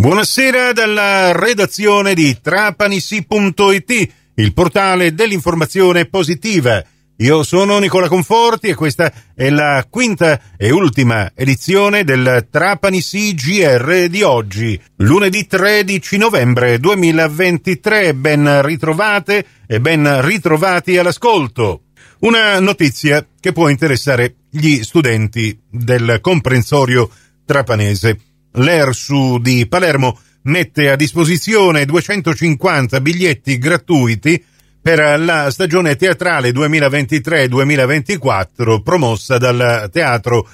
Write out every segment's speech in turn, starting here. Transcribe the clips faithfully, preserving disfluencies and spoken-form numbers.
Buonasera dalla redazione di Trapanisi punto it, il portale dell'informazione positiva. Io sono Nicola Conforti e questa è la quinta e ultima edizione del Trapanisi G R di oggi, lunedì tredici novembre duemilaventitré. Ben ritrovate e ben ritrovati all'ascolto. Una notizia che può interessare gli studenti del comprensorio trapanese. L'ERSU di Palermo mette a disposizione duecentocinquanta biglietti gratuiti per la stagione teatrale duemilaventitré duemilaventiquattro promossa dal Teatro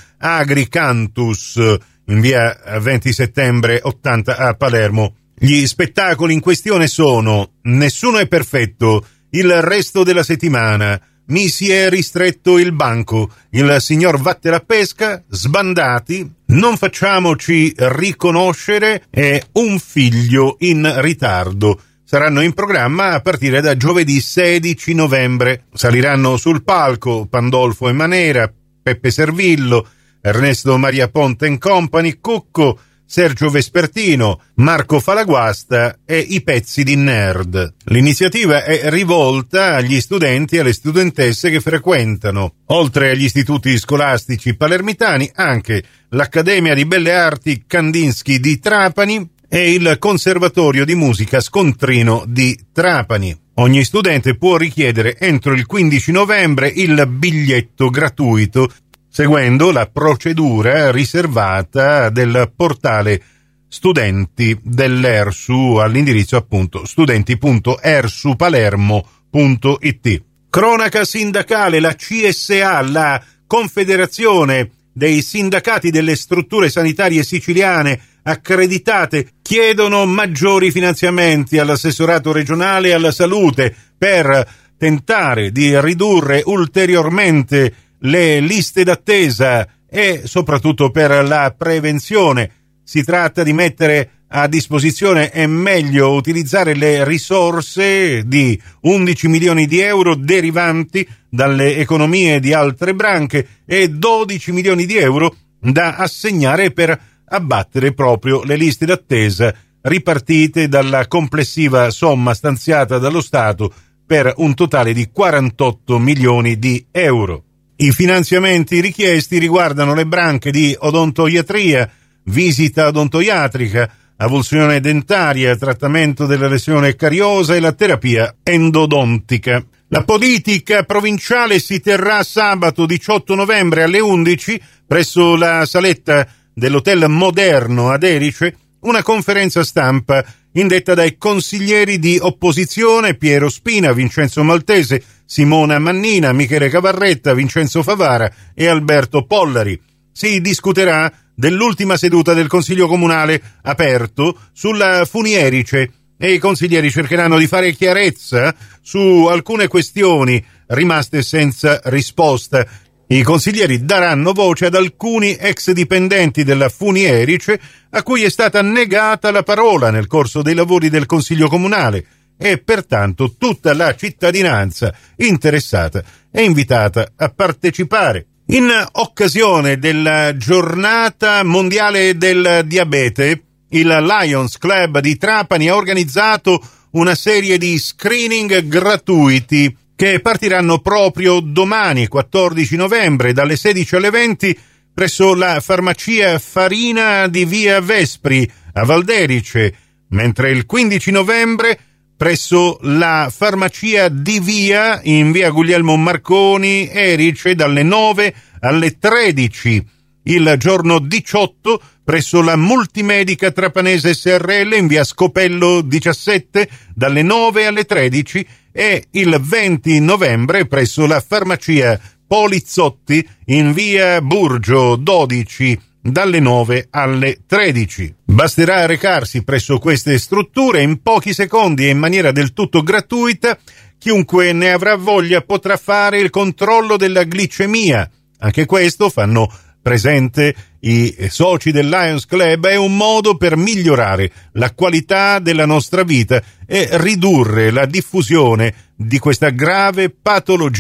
Agricantus in via venti settembre ottanta a Palermo. Gli spettacoli in questione sono Nessuno è perfetto, Il resto della settimana, Mi si è ristretto il banco, Il signor vatte la pesca, Sbandati, Non facciamoci riconoscere e Un figlio in ritardo. Saranno in programma a partire da giovedì sedici novembre. Saliranno sul palco Pandolfo e Manera, Peppe Servillo, Ernesto Maria Ponte and Company, Cucco, Sergio Vespertino, Marco Falaguasta e i pezzi di Nerd. L'iniziativa è rivolta agli studenti e alle studentesse che frequentano, oltre agli istituti scolastici palermitani, anche l'Accademia di Belle Arti Kandinsky di Trapani e il Conservatorio di Musica Scontrino di Trapani. Ogni studente può richiedere entro il quindici novembre il biglietto gratuito, seguendo la procedura riservata del portale studenti dell'ERSU all'indirizzo appunto studenti punto ersu palermo punto it. Cronaca sindacale, la C S A, la Confederazione dei Sindacati delle Strutture Sanitarie Siciliane accreditate, chiedono maggiori finanziamenti all'assessorato regionale alla salute per tentare di ridurre ulteriormente le liste d'attesa e soprattutto per la prevenzione. Si tratta di mettere a disposizione e meglio utilizzare le risorse di undici milioni di euro derivanti dalle economie di altre branche e dodici milioni di euro da assegnare per abbattere proprio le liste d'attesa ripartite dalla complessiva somma stanziata dallo Stato per un totale di quarantotto milioni di euro. I finanziamenti richiesti riguardano le branche di odontoiatria, visita odontoiatrica, avulsione dentaria, trattamento della lesione cariosa e la terapia endodontica. La politica provinciale si terrà sabato diciotto novembre alle undici presso la saletta dell'Hotel Moderno ad Erice una conferenza stampa indetta dai consiglieri di opposizione Piero Spina, Vincenzo Maltese, Simona Mannina, Michele Cavarretta, Vincenzo Favara e Alberto Pollari. Si discuterà dell'ultima seduta del Consiglio Comunale aperto sulla Funi Erice e i consiglieri cercheranno di fare chiarezza su alcune questioni rimaste senza risposta. I consiglieri daranno voce ad alcuni ex dipendenti della Funi Erice a cui è stata negata la parola nel corso dei lavori del Consiglio Comunale e pertanto tutta la cittadinanza interessata è invitata a partecipare. In occasione della giornata mondiale del diabete, il Lions Club di Trapani ha organizzato una serie di screening gratuiti che partiranno proprio domani, quattordici novembre, dalle sedici alle venti, presso la farmacia Farina di via Vespri, a Valderice, mentre il quindici novembre presso la farmacia di via, in via Guglielmo Marconi, Erice, dalle nove alle tredici. Il giorno diciotto presso la Multimedica Trapanese S R L in via Scopello diciassette, dalle nove alle tredici, e il venti novembre presso la farmacia Polizzotti in via Burgio dodici, dalle nove alle tredici. Basterà recarsi presso queste strutture in pochi secondi e in maniera del tutto gratuita. Chiunque ne avrà voglia potrà fare il controllo della glicemia. Anche questo, fanno presente i soci del Lions Club, è un modo per migliorare la qualità della nostra vita e ridurre la diffusione di questa grave patologia.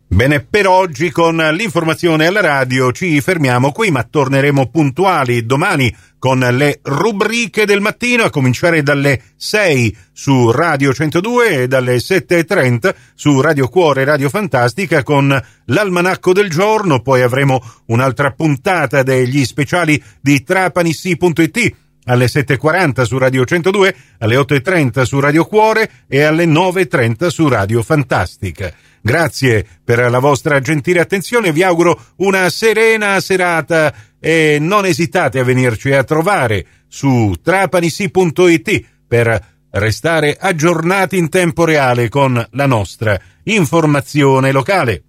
Bene, per oggi con l'informazione alla radio ci fermiamo qui, ma torneremo puntuali domani con le rubriche del mattino, a cominciare dalle sei su Radio centodue e dalle sette e trenta su Radio Cuore e Radio Fantastica con l'almanacco del giorno. Poi avremo un'altra puntata degli speciali di Trapanissi punto it alle sette e quaranta su Radio centodue, alle otto e trenta su Radio Cuore e alle nove e trenta su Radio Fantastica. Grazie per la vostra gentile attenzione, vi auguro una serena serata e non esitate a venirci a trovare su Trapanissi punto it per restare aggiornati in tempo reale con la nostra informazione locale.